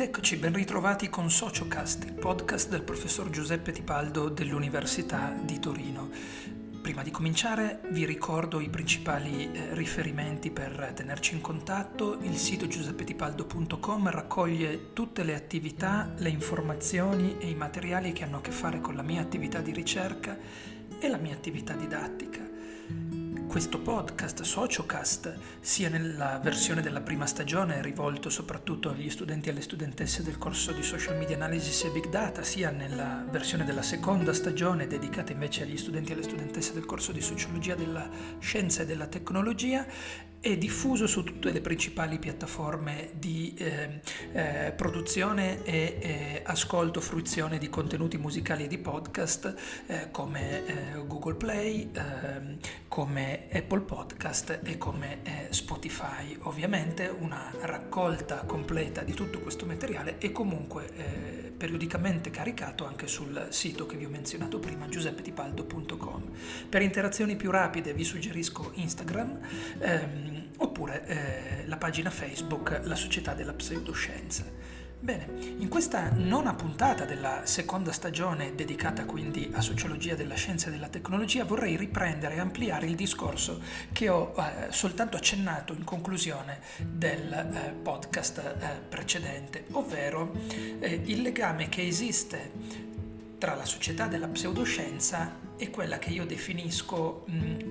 Eccoci, ben ritrovati con Sociocast, il podcast del professor Giuseppe Tipaldo dell'Università di Torino. Prima di cominciare vi ricordo i principali riferimenti per tenerci in contatto. Il sito giuseppetipaldo.com raccoglie tutte le attività, le informazioni e i materiali che hanno a che fare con la mia attività di ricerca e la mia attività didattica. Questo podcast, Sociocast, sia nella versione della prima stagione rivolto soprattutto agli studenti e alle studentesse del corso di Social Media Analysis e Big Data, sia nella versione della seconda stagione dedicata invece agli studenti e alle studentesse del corso di Sociologia della Scienza e della Tecnologia, è diffuso su tutte le principali piattaforme di produzione e ascolto, fruizione di contenuti musicali e di podcast come Google Play, come Apple Podcast e come Spotify. Ovviamente una raccolta completa di tutto questo materiale è comunque periodicamente caricato anche sul sito che vi ho menzionato prima, giuseppetipaldo.com. Per interazioni più rapide vi suggerisco Instagram oppure la pagina Facebook La Società della Pseudoscienza. Bene, in questa nona puntata della seconda stagione, dedicata quindi a Sociologia della Scienza e della Tecnologia, vorrei riprendere e ampliare il discorso che ho soltanto accennato in conclusione del podcast precedente, ovvero il legame che esiste tra la società della pseudoscienza e quella che io definisco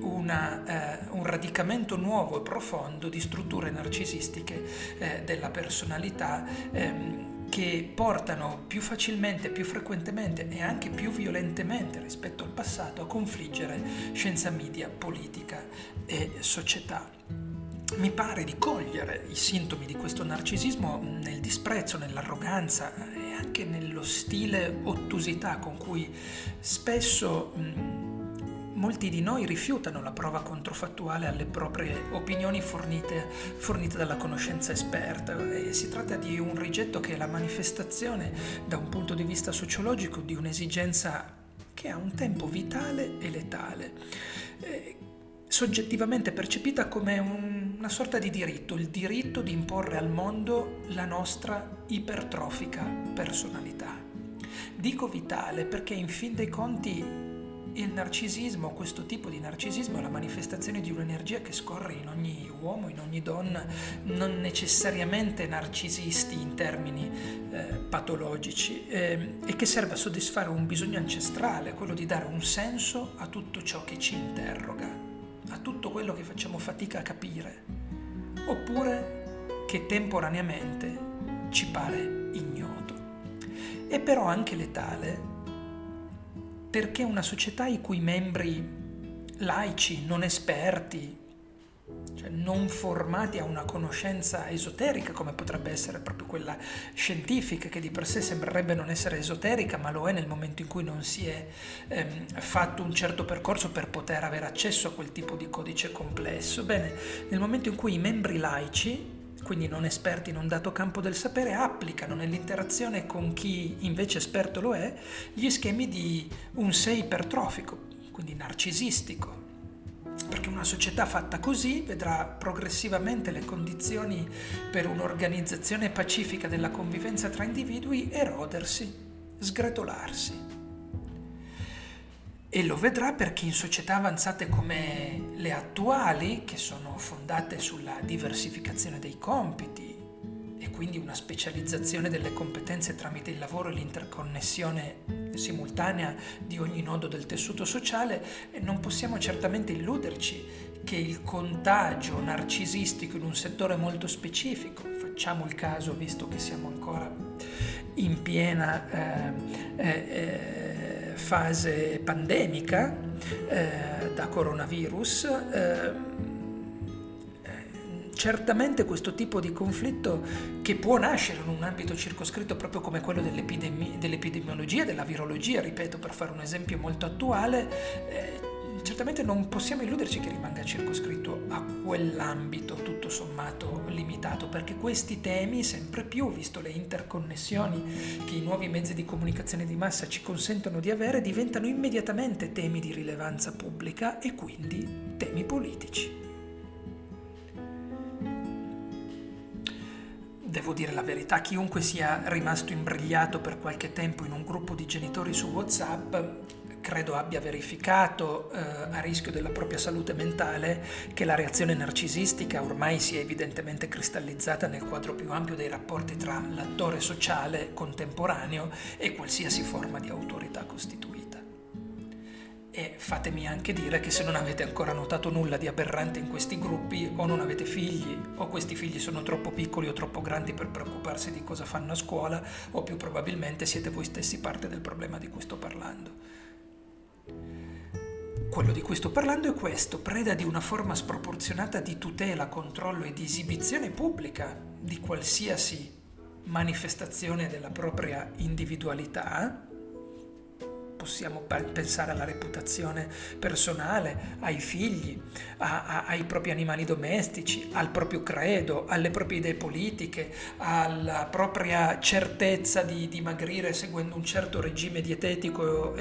un radicamento nuovo e profondo di strutture narcisistiche della personalità che portano più facilmente, più frequentemente e anche più violentemente rispetto al passato a confliggere scienza, media, politica e società. Mi pare di cogliere i sintomi di questo narcisismo nel disprezzo, nell'arroganza e anche nello stile ottusità con cui spesso molti di noi rifiutano la prova controfattuale alle proprie opinioni fornite dalla conoscenza esperta. E si tratta di un rigetto che è la manifestazione, da un punto di vista sociologico, di un'esigenza che ha un tempo vitale e letale, soggettivamente percepita come una sorta di diritto, il diritto di imporre al mondo la nostra ipertrofica personalità. Dico vitale perché in fin dei conti il narcisismo, questo tipo di narcisismo, è la manifestazione di un'energia che scorre in ogni uomo, in ogni donna, non necessariamente narcisisti in termini patologici, e che serve a soddisfare un bisogno ancestrale, quello di dare un senso a tutto ciò che ci interroga, a tutto quello che facciamo fatica a capire, oppure che temporaneamente ci pare ignoto. È però anche letale perché una società i cui membri laici, non esperti, cioè non formati a una conoscenza esoterica come potrebbe essere proprio quella scientifica, che di per sé sembrerebbe non essere esoterica ma lo è nel momento in cui non si è fatto un certo percorso per poter avere accesso a quel tipo di codice complesso. Bene, nel momento in cui i membri laici, quindi non esperti in un dato campo del sapere, applicano nell'interazione con chi invece esperto lo è gli schemi di un sé ipertrofico, quindi narcisistico, perché una società fatta così vedrà progressivamente le condizioni per un'organizzazione pacifica della convivenza tra individui erodersi, sgretolarsi. E lo vedrà perché in società avanzate come le attuali, che sono fondate sulla diversificazione dei compiti e quindi una specializzazione delle competenze tramite il lavoro e l'interconnessione simultanea di ogni nodo del tessuto sociale, non possiamo certamente illuderci che il contagio narcisistico in un settore molto specifico, facciamo il caso visto che siamo ancora in piena fase pandemica da coronavirus, certamente questo tipo di conflitto, che può nascere in un ambito circoscritto proprio come quello dell'epidemiologia, della virologia, ripeto, per fare un esempio molto attuale, certamente non possiamo illuderci che rimanga circoscritto a quell'ambito tutto sommato limitato, perché questi temi sempre più, visto le interconnessioni che i nuovi mezzi di comunicazione di massa ci consentono di avere, diventano immediatamente temi di rilevanza pubblica e quindi temi politici. devo dire la verità, chiunque sia rimasto imbrigliato per qualche tempo in un gruppo di genitori su WhatsApp credo abbia verificato, a rischio della propria salute mentale, che la reazione narcisistica ormai si è evidentemente cristallizzata nel quadro più ampio dei rapporti tra l'attore sociale contemporaneo e qualsiasi forma di autorità costituita. E fatemi anche dire che se non avete ancora notato nulla di aberrante in questi gruppi, o non avete figli, o questi figli sono troppo piccoli o troppo grandi per preoccuparsi di cosa fanno a scuola, o più probabilmente siete voi stessi parte del problema di cui sto parlando. Quello di cui sto parlando è questo: preda di una forma sproporzionata di tutela, controllo e di esibizione pubblica di qualsiasi manifestazione della propria individualità. Possiamo pensare alla reputazione personale, ai figli, ai propri animali domestici, al proprio credo, alle proprie idee politiche, alla propria certezza di dimagrire seguendo un certo regime dietetico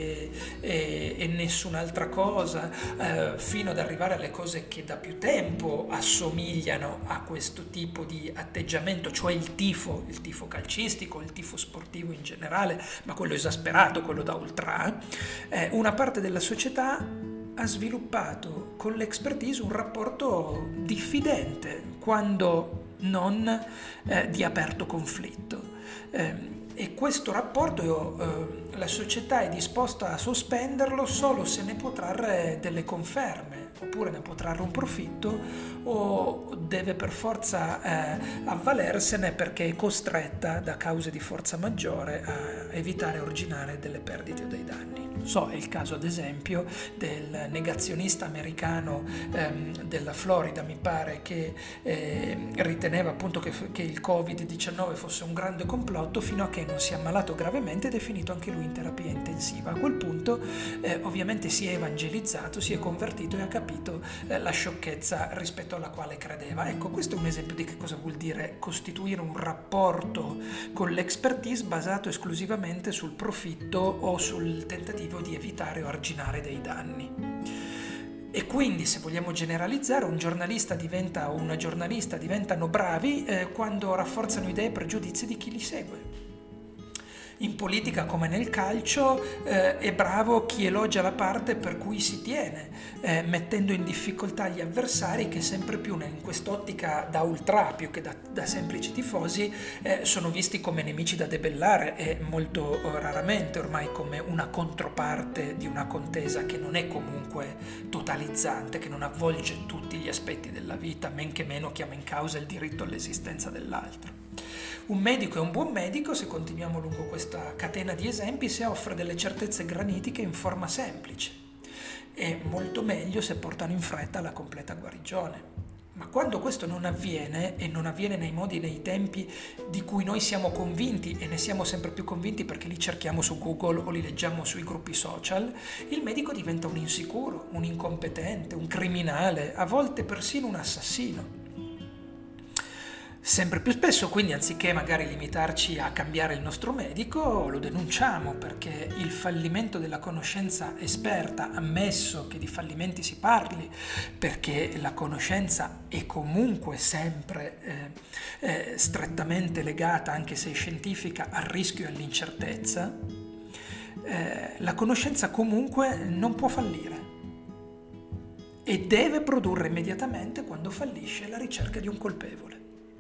e nessun'altra cosa, fino ad arrivare alle cose che da più tempo assomigliano a questo tipo di atteggiamento, cioè il tifo calcistico, il tifo sportivo in generale, ma quello esasperato, quello da una parte della società ha sviluppato con l'expertise un rapporto diffidente, quando non di aperto conflitto. E questo rapporto la società è disposta a sospenderlo solo se ne può trarre delle conferme, oppure ne può trarre un profitto, o deve per forza avvalersene perché è costretta da cause di forza maggiore a evitare o originare delle perdite o dei danni. È il caso ad esempio del negazionista americano della Florida, mi pare, che riteneva appunto che il Covid-19 fosse un grande complotto, fino a che non si è ammalato gravemente ed è finito anche lui in terapia intensiva. A quel punto ovviamente si è evangelizzato, si è convertito e ha capito la sciocchezza rispetto alla quale credeva. Ecco, questo è un esempio di che cosa vuol dire costituire un rapporto con l'expertise basato esclusivamente sul profitto o sul tentativo di evitare o arginare dei danni. E quindi, se vogliamo generalizzare, un giornalista diventa o una giornalista diventano bravi quando rafforzano idee e pregiudizi di chi li segue. In politica, come nel calcio, è bravo chi elogia la parte per cui si tiene, mettendo in difficoltà gli avversari che sempre più in quest'ottica da ultra più che da semplici tifosi sono visti come nemici da debellare, e molto raramente ormai come una controparte di una contesa che non è comunque totalizzante, che non avvolge tutti gli aspetti della vita, men che meno chiama in causa il diritto all'esistenza dell'altro. Un medico è un buon medico, se continuiamo lungo questa catena di esempi, se offre delle certezze granitiche in forma semplice, e molto meglio se portano in fretta alla completa guarigione. Ma quando questo non avviene, e non avviene nei modi e nei tempi di cui noi siamo convinti, e ne siamo sempre più convinti perché li cerchiamo su Google o li leggiamo sui gruppi social, il medico diventa un insicuro, un incompetente, un criminale, a volte persino un assassino. Sempre più spesso, quindi, anziché magari limitarci a cambiare il nostro medico, lo denunciamo, perché il fallimento della conoscenza esperta, ammesso che di fallimenti si parli, perché la conoscenza è comunque sempre strettamente legata, anche se scientifica, al rischio e all'incertezza, la conoscenza comunque non può fallire e deve produrre immediatamente, quando fallisce, la ricerca di un colpevole.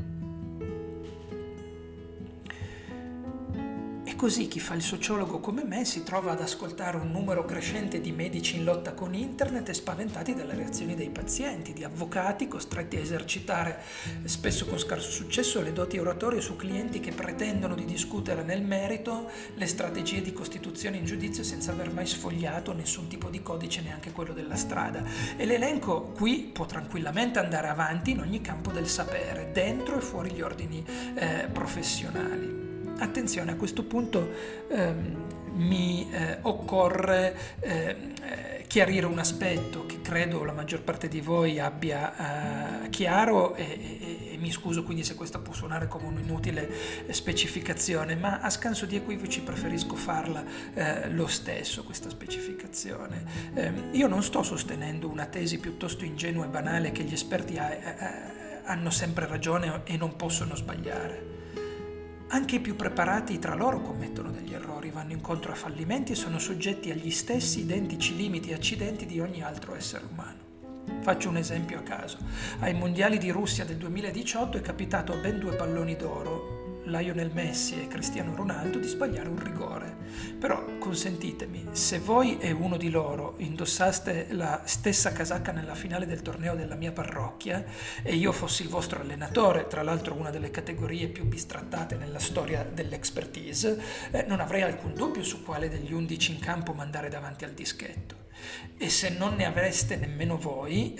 Così chi fa il sociologo come me si trova ad ascoltare un numero crescente di medici in lotta con internet e spaventati dalle reazioni dei pazienti, di avvocati costretti a esercitare, spesso con scarso successo, le doti oratorie su clienti che pretendono di discutere nel merito le strategie di costituzione in giudizio senza aver mai sfogliato nessun tipo di codice, neanche quello della strada. E l'elenco qui può tranquillamente andare avanti in ogni campo del sapere, dentro e fuori gli ordini professionali. Attenzione, a questo punto mi occorre chiarire un aspetto che credo la maggior parte di voi abbia chiaro, e mi scuso quindi se questa può suonare come un'inutile specificazione, ma a scanso di equivoci preferisco farla lo stesso, questa specificazione. Io non sto sostenendo una tesi piuttosto ingenua e banale che gli esperti hanno sempre ragione e non possono sbagliare. Anche i più preparati tra loro commettono degli errori, vanno incontro a fallimenti e sono soggetti agli stessi identici limiti e accidenti di ogni altro essere umano. Faccio un esempio a caso. Ai mondiali di Russia del 2018 è capitato a ben 2 palloni d'oro, Lionel Messi e Cristiano Ronaldo, di sbagliare un rigore. Però consentitemi, se voi e uno di loro indossaste la stessa casacca nella finale del torneo della mia parrocchia e io fossi il vostro allenatore, tra l'altro una delle categorie più bistrattate nella storia dell'expertise, non avrei alcun dubbio su quale degli 11 in campo mandare davanti al dischetto. E se non ne avreste nemmeno voi,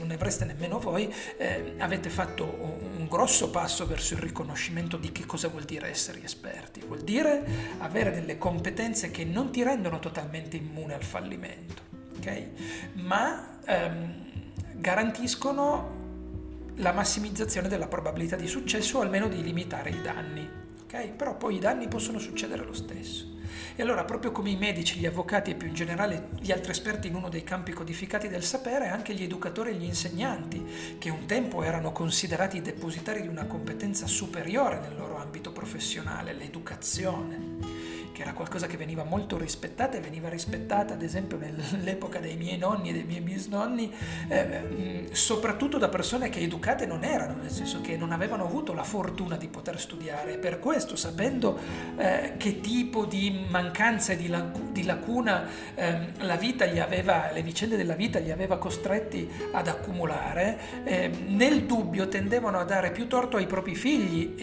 avete fatto un grosso passo verso il riconoscimento di che cosa vuol dire essere esperti. Vuol dire avere delle competenze che non ti rendono totalmente immune al fallimento, ok? Ma garantiscono la massimizzazione della probabilità di successo o almeno di limitare i danni, ok? Però poi i danni possono succedere lo stesso. E allora, proprio come i medici, gli avvocati e più in generale gli altri esperti in uno dei campi codificati del sapere, anche gli educatori e gli insegnanti, che un tempo erano considerati depositari di una competenza superiore nel loro ambito professionale, l'educazione, che era qualcosa che veniva molto rispettata e veniva rispettata ad esempio nell'epoca dei miei nonni e dei miei bisnonni, soprattutto da persone che educate non erano, nel senso che non avevano avuto la fortuna di poter studiare. Per questo, sapendo che tipo di mancanza e di lacuna la vita le vicende della vita li aveva costretti ad accumulare, nel dubbio tendevano a dare più torto ai propri figli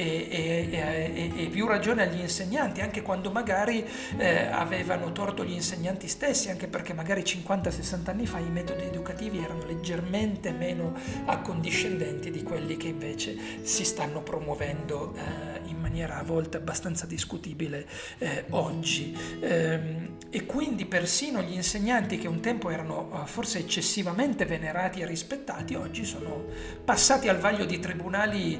e più ragione agli insegnanti, anche quando magari avevano torto gli insegnanti stessi, anche perché magari 50-60 anni fa i metodi educativi erano leggermente meno accondiscendenti di quelli che invece si stanno promuovendo in maniera a volte abbastanza discutibile oggi. E quindi persino gli insegnanti, che un tempo erano forse eccessivamente venerati e rispettati, oggi sono passati al vaglio di tribunali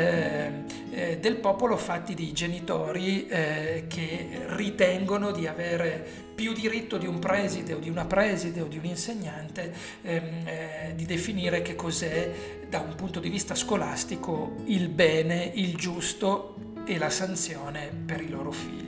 del popolo, fatti di genitori che ritengono di avere più diritto di un preside o di una preside o di un insegnante di definire che cos'è da un punto di vista scolastico il bene, il giusto e la sanzione per i loro figli.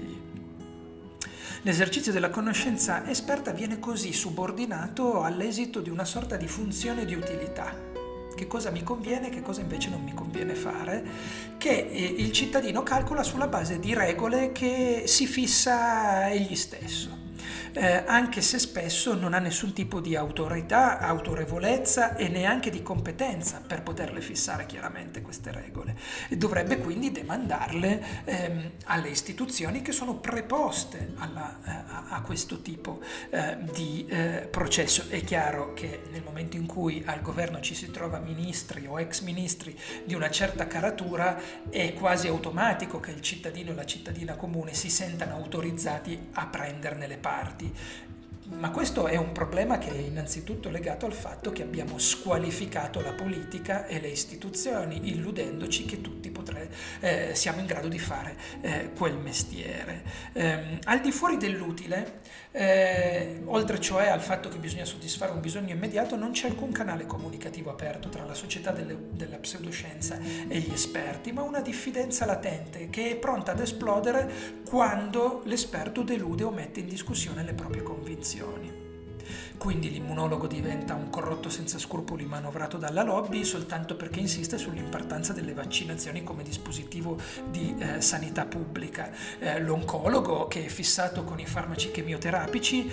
L'esercizio della conoscenza esperta viene così subordinato all'esito di una sorta di funzione di utilità. Che cosa mi conviene, che cosa invece non mi conviene fare, che il cittadino calcola sulla base di regole che si fissa egli stesso. Anche se spesso non ha nessun tipo di autorità, autorevolezza e neanche di competenza per poterle fissare chiaramente queste regole. E dovrebbe quindi demandarle alle istituzioni che sono preposte a questo tipo di processo. È chiaro che nel momento in cui al governo ci si trova ministri o ex ministri di una certa caratura, è quasi automatico che il cittadino e la cittadina comune si sentano autorizzati a prenderne le parti. Ma questo è un problema che è innanzitutto legato al fatto che abbiamo squalificato la politica e le istituzioni, illudendoci che tutti siamo in grado di fare quel mestiere. Al di fuori dell'utile, oltre cioè al fatto che bisogna soddisfare un bisogno immediato, non c'è alcun canale comunicativo aperto tra la società della pseudoscienza e gli esperti, ma una diffidenza latente che è pronta ad esplodere quando l'esperto delude o mette in discussione le proprie convinzioni. Quindi l'immunologo diventa un corrotto senza scrupoli manovrato dalla lobby soltanto perché insiste sull'importanza delle vaccinazioni come dispositivo di sanità pubblica. L'oncologo, che è fissato con i farmaci chemioterapici,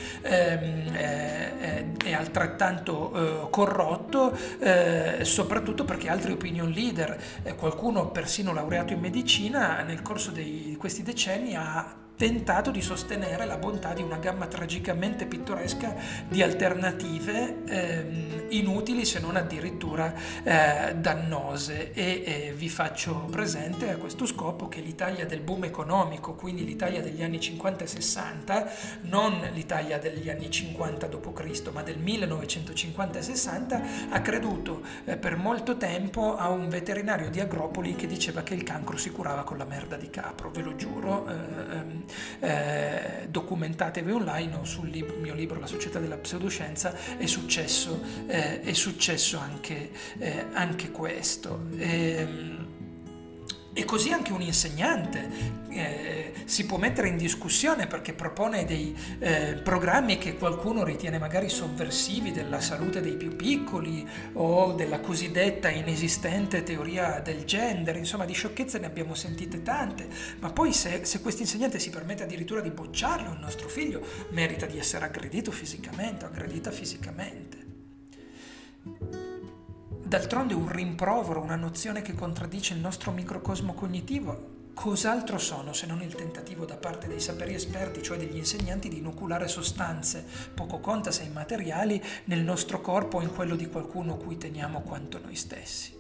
è altrettanto corrotto, soprattutto perché altri opinion leader, qualcuno persino laureato in medicina, nel corso di questi decenni ha tentato di sostenere la bontà di una gamma tragicamente pittoresca di alternative inutili, se non addirittura dannose. E vi faccio presente a questo scopo che l'Italia del boom economico, quindi l'Italia degli anni 50 e 60, non l'Italia degli anni 50 d.C., ma del 1950 e 60, ha creduto per molto tempo a un veterinario di Agropoli che diceva che il cancro si curava con la merda di capro, ve lo giuro. documentatevi online o sul mio libro La società della pseudoscienza è successo anche questo. E così anche un insegnante si può mettere in discussione perché propone dei programmi che qualcuno ritiene magari sovversivi della salute dei più piccoli o della cosiddetta inesistente teoria del gender. Insomma, di sciocchezze ne abbiamo sentite tante, ma poi se questo insegnante si permette addirittura di bocciarlo, il nostro figlio merita di essere aggredito fisicamente o aggredita fisicamente. D'altronde un rimprovero, una nozione che contraddice il nostro microcosmo cognitivo, cos'altro sono se non il tentativo da parte dei saperi esperti, cioè degli insegnanti, di inoculare sostanze, poco conta se immateriali, nel nostro corpo o in quello di qualcuno cui teniamo quanto noi stessi.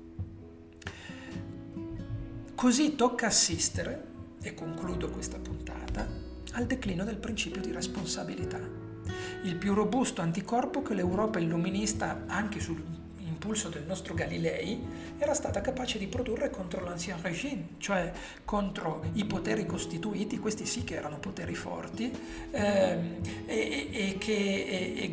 Così tocca assistere, e concludo questa puntata, al declino del principio di responsabilità. Il più robusto anticorpo che l'Europa illuminista, anche sul impulso del nostro Galilei, era stata capace di produrre contro l'Ancien Régime, cioè contro i poteri costituiti, questi sì che erano poteri forti, e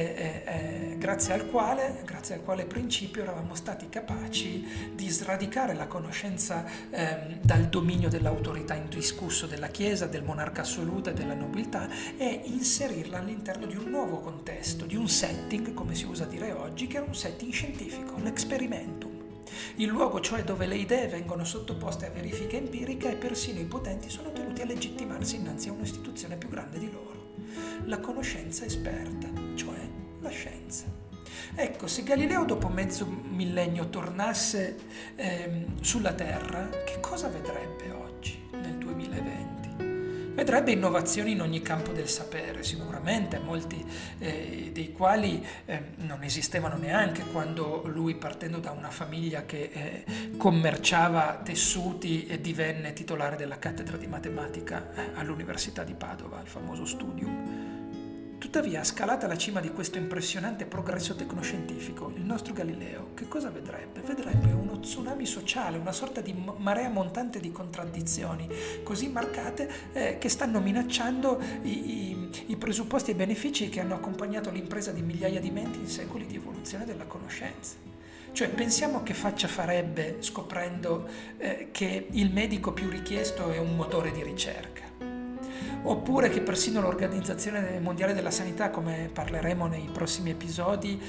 grazie al quale principio eravamo stati capaci di sradicare la conoscenza dal dominio dell'autorità indiscusso della Chiesa, del monarca assoluto e della nobiltà, e inserirla all'interno di un nuovo contesto, di un setting, come si usa dire oggi, che era un setting scientifico, l'experimentum. Il luogo, cioè, dove le idee vengono sottoposte a verifica empirica e persino i potenti sono tenuti a legittimarsi innanzi a un'istituzione più grande di loro, la conoscenza esperta, cioè la scienza. Ecco, se Galileo dopo mezzo millennio tornasse sulla Terra, che cosa vedrebbe oggi, nel 2020? Vedrebbe innovazioni in ogni campo del sapere, sicuramente, molti dei quali non esistevano neanche quando lui, partendo da una famiglia che commerciava tessuti, divenne titolare della cattedra di matematica all'Università di Padova, il famoso Studium. Tuttavia, scalata la cima di questo impressionante progresso tecnoscientifico, il nostro Galileo che cosa vedrebbe? Vedrebbe uno tsunami sociale, una sorta di marea montante di contraddizioni così marcate che stanno minacciando i presupposti e i benefici che hanno accompagnato l'impresa di migliaia di menti in secoli di evoluzione della conoscenza. Cioè, pensiamo che faccia farebbe scoprendo che il medico più richiesto è un motore di ricerca. Oppure che persino l'Organizzazione Mondiale della Sanità, come parleremo nei prossimi episodi,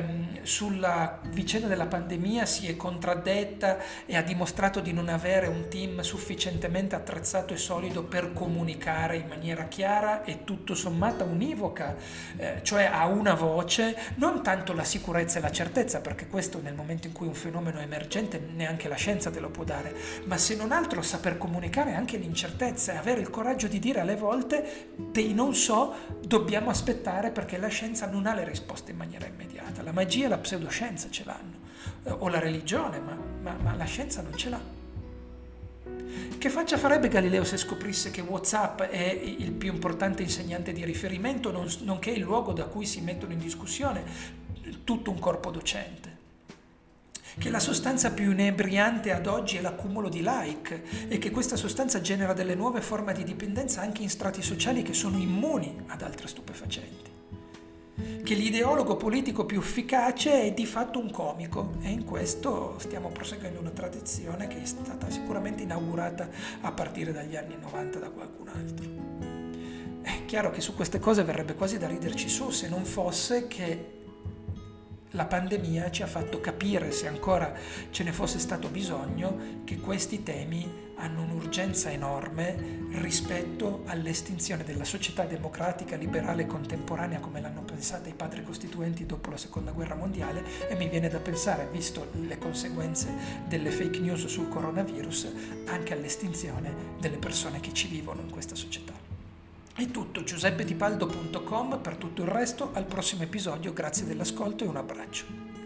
sulla vicenda della pandemia si è contraddetta e ha dimostrato di non avere un team sufficientemente attrezzato e solido per comunicare in maniera chiara e tutto sommato univoca, cioè a una voce, non tanto la sicurezza e la certezza, perché questo nel momento in cui un fenomeno è emergente neanche la scienza te lo può dare, ma se non altro saper comunicare anche l'incertezza e avere il coraggio di dire alle volte dei non so, dobbiamo aspettare perché la scienza non ha le risposte in maniera immediata. La magia e la pseudoscienza ce l'hanno, o la religione, ma la scienza non ce l'ha. Che faccia farebbe Galileo se scoprisse che WhatsApp è il più importante insegnante di riferimento, nonché il luogo da cui si mettono in discussione tutto un corpo docente? Che la sostanza più inebriante ad oggi è l'accumulo di like e che questa sostanza genera delle nuove forme di dipendenza anche in strati sociali che sono immuni ad altre stupefacenti. Che l'ideologo politico più efficace è di fatto un comico, e in questo stiamo proseguendo una tradizione che è stata sicuramente inaugurata a partire dagli anni 90 da qualcun altro. È chiaro che su queste cose verrebbe quasi da riderci su, se non fosse che la pandemia ci ha fatto capire, se ancora ce ne fosse stato bisogno, che questi temi hanno un'urgenza enorme rispetto all'estinzione della società democratica, liberale e contemporanea come l'hanno pensata i padri costituenti dopo la seconda guerra mondiale, e mi viene da pensare, visto le conseguenze delle fake news sul coronavirus, anche all'estinzione delle persone che ci vivono in questa società. È tutto, giuseppedipaldo.com. Per tutto il resto, al prossimo episodio, grazie dell'ascolto e un abbraccio.